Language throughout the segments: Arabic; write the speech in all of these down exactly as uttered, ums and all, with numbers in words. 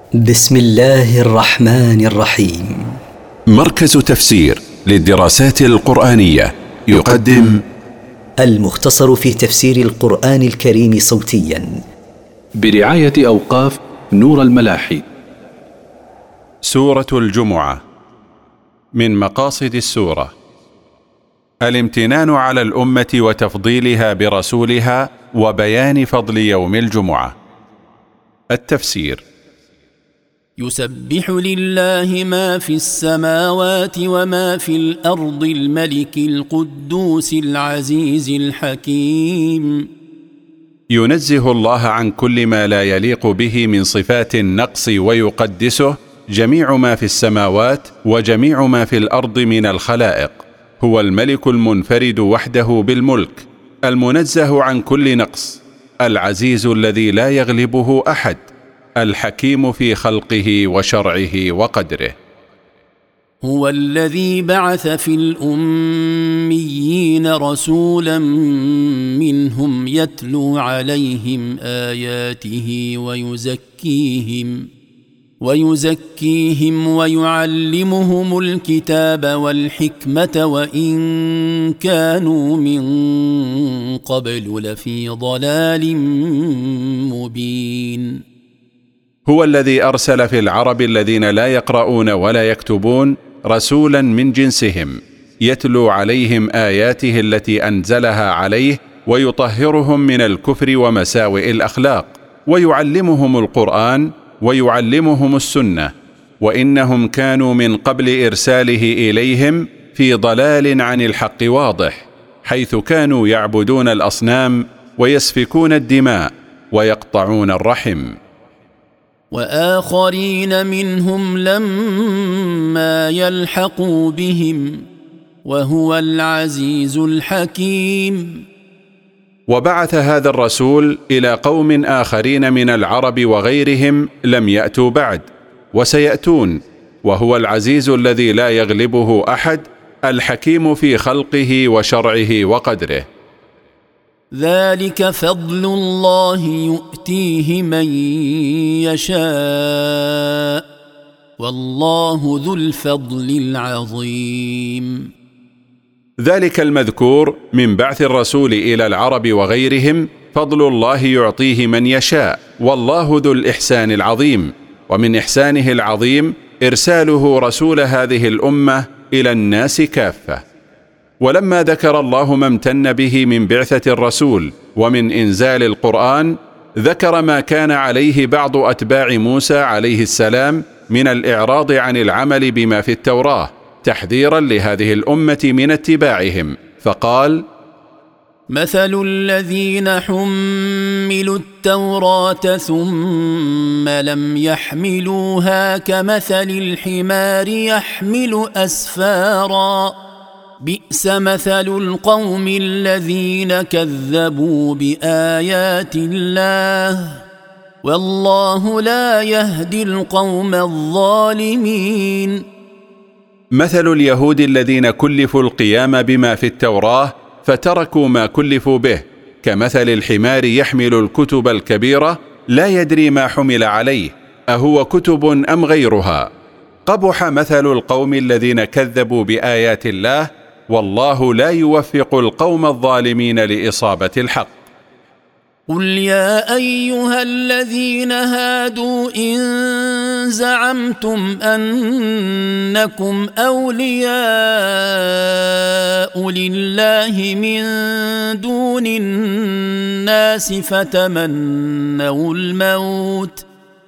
بسم الله الرحمن الرحيم. مركز تفسير للدراسات القرآنية يقدم المختصر في تفسير القرآن الكريم صوتيا برعاية أوقاف نور الملاحي. سورة الجمعة. من مقاصد السورة الامتنان على الأمة وتفضيلها برسولها وبيان فضل يوم الجمعة. التفسير: يسبح لله ما في السماوات وما في الأرض الملك القدوس العزيز الحكيم. ينزه الله عن كل ما لا يليق به من صفات النقص ويقدسه جميع ما في السماوات وجميع ما في الأرض من الخلائق. هو الملك المنفرد وحده بالملك، المنزه عن كل نقص، العزيز الذي لا يغلبه أحد، الحكيم في خلقه وشرعه وقدره. هو الذي بعث في الأميين رسولا منهم يتلو عليهم آياته ويزكيهم ويزكيهم ويعلمهم الكتاب والحكمة وإن كانوا من قبل لفي ضلال مبين. هو الذي أرسل في العرب الذين لا يقرؤون ولا يكتبون رسولا من جنسهم يتلو عليهم آياته التي أنزلها عليه ويطهرهم من الكفر ومساوئ الأخلاق، ويعلمهم القرآن ويعلمهم السنة، وإنهم كانوا من قبل إرساله إليهم في ضلال عن الحق واضح، حيث كانوا يعبدون الأصنام ويسفكون الدماء ويقطعون الرحم. وآخرين منهم لما يلحقوا بهم وهو العزيز الحكيم. وبعث هذا الرسول إلى قوم آخرين من العرب وغيرهم لم يأتوا بعد وسيأتون، وهو العزيز الذي لا يغلبه أحد، الحكيم في خلقه وشرعه وقدره. ذلك فضل الله يؤتيه من يشاء والله ذو الفضل العظيم. ذلك المذكور من بعث الرسول إلى العرب وغيرهم فضل الله يعطيه من يشاء، والله ذو الإحسان العظيم. ومن إحسانه العظيم إرساله رسول هذه الأمة إلى الناس كافة. ولما ذكر الله ما امتن به من بعثة الرسول ومن إنزال القرآن، ذكر ما كان عليه بعض أتباع موسى عليه السلام من الإعراض عن العمل بما في التوراة تحذيرا لهذه الأمة من اتباعهم، فقال: مثل الذين حملوا التوراة ثم لم يحملوها كمثل الحمار يحمل أسفارا بئس مثل القوم الذين كذبوا بآيات الله والله لا يهدي القوم الظالمين. مثل اليهود الذين كلفوا القيام بما في التوراة فتركوا ما كلفوا به كمثل الحمار يحمل الكتب الكبيرة لا يدري ما حمل عليه، أهو كتب أم غيرها. قبح مثل القوم الذين كذبوا بآيات الله، والله لا يوفق القوم الظالمين لإصابة الحق. قل يا أيها الذين هادوا إن زعمتم أنكم أولياء لله من دون الناس فتمنوا الموت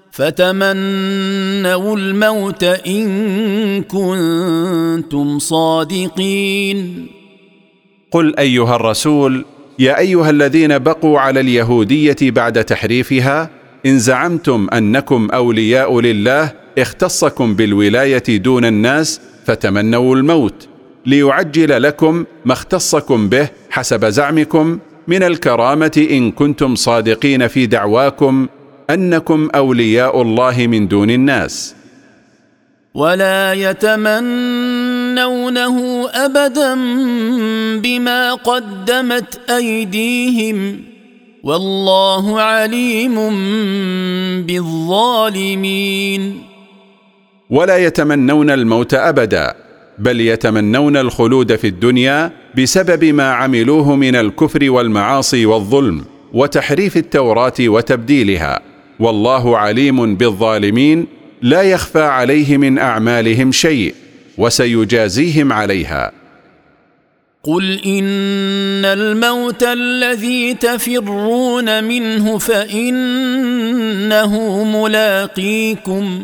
فتمنوا الموت إن كنتم صادقين. قل أيها الرسول يا أيها الذين بقوا على اليهودية بعد تحريفها، إن زعمتم أنكم أولياء لله اختصكم بالولاية دون الناس فتمنوا الموت ليعجل لكم ما اختصكم به حسب زعمكم من الكرامة إن كنتم صادقين في دعواكم أنكم أولياء الله من دون الناس. ولا يتمنونه أبدا بما قدمت أيديهم والله عليم بالظالمين. ولا يتمنون الموت أبدا، بل يتمنون الخلود في الدنيا بسبب ما عملوه من الكفر والمعاصي والظلم وتحريف التوراة وتبديلها، والله عليم بالظالمين لا يخفى عليه من أعمالهم شيء، وسيجازيهم عليها. قل إن الموت الذي تفرون منه فإنه ملاقيكم،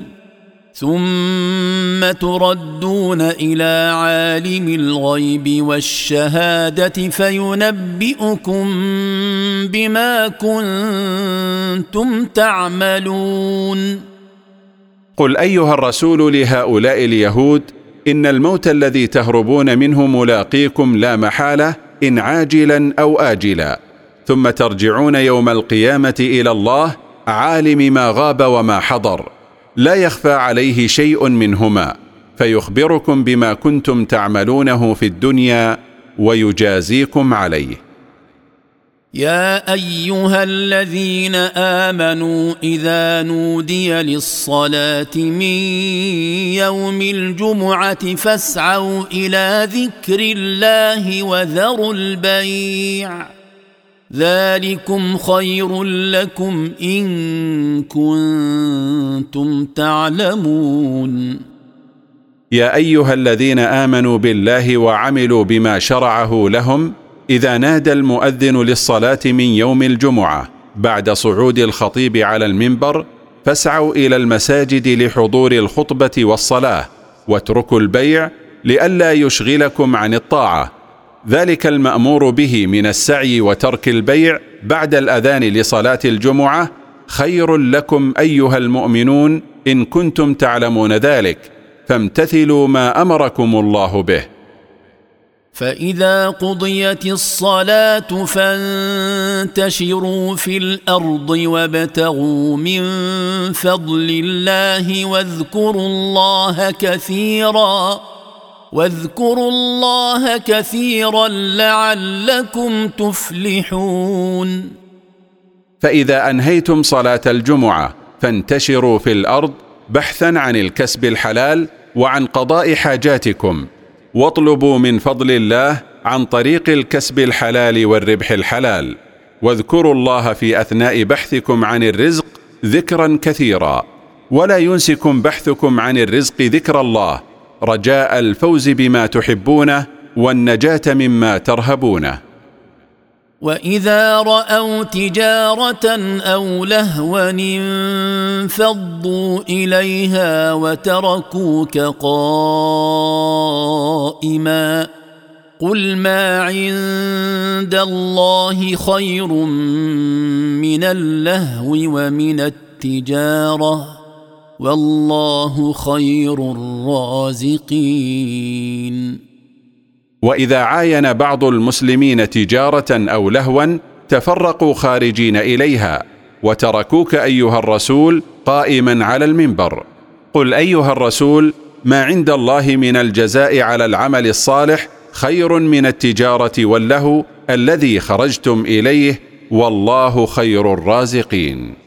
ثم تردون إلى عالم الغيب والشهادة فينبئكم بما كنتم تعملون. قل أيها الرسول لهؤلاء اليهود: إن الموت الذي تهربون منه ملاقيكم لا محالة، إن عاجلا أو آجلا، ثم ترجعون يوم القيامة إلى الله عالم ما غاب وما حضر، لا يخفى عليه شيء منهما، فيخبركم بما كنتم تعملونه في الدنيا ويجازيكم عليه. يا أيها الذين آمنوا إذا نودي للصلاة من يوم الجمعة فاسعوا إلى ذكر الله وذروا البيع، ذلكم خير لكم إن كنتم تعلمون. يا أيها الذين آمنوا بالله وعملوا بما شرعه لهم، إذا نادى المؤذن للصلاة من يوم الجمعة بعد صعود الخطيب على المنبر فاسعوا إلى المساجد لحضور الخطبة والصلاة، واتركوا البيع لئلا يشغلكم عن الطاعة، ذلك المأمور به من السعي وترك البيع بعد الأذان لصلاة الجمعة خير لكم أيها المؤمنون إن كنتم تعلمون ذلك، فامتثلوا ما أمركم الله به. فإذا قضيت الصلاة فانتشروا في الأرض وابتغوا من فضل الله واذكروا الله كثيرا واذكروا الله كثيرا لعلكم تفلحون. فإذا أنهيتم صلاة الجمعة فانتشروا في الأرض بحثا عن الكسب الحلال وعن قضاء حاجاتكم، واطلبوا من فضل الله عن طريق الكسب الحلال والربح الحلال، واذكروا الله في أثناء بحثكم عن الرزق ذكرا كثيرا، ولا ينسكم بحثكم عن الرزق ذكر الله رجاء الفوز بما تحبونه والنجاة مما ترهبونه. وإذا رأوا تجارة أو لهوا انفضوا إليها وتركوك قائما، قل ما عند الله خير من اللهو ومن التجارة والله خير الرازقين. وإذا عاين بعض المسلمين تجارة أو لهوا تفرقوا خارجين إليها وتركوك أيها الرسول قائما على المنبر، قل أيها الرسول: ما عند الله من الجزاء على العمل الصالح خير من التجارة واللهو الذي خرجتم إليه، والله خير الرازقين.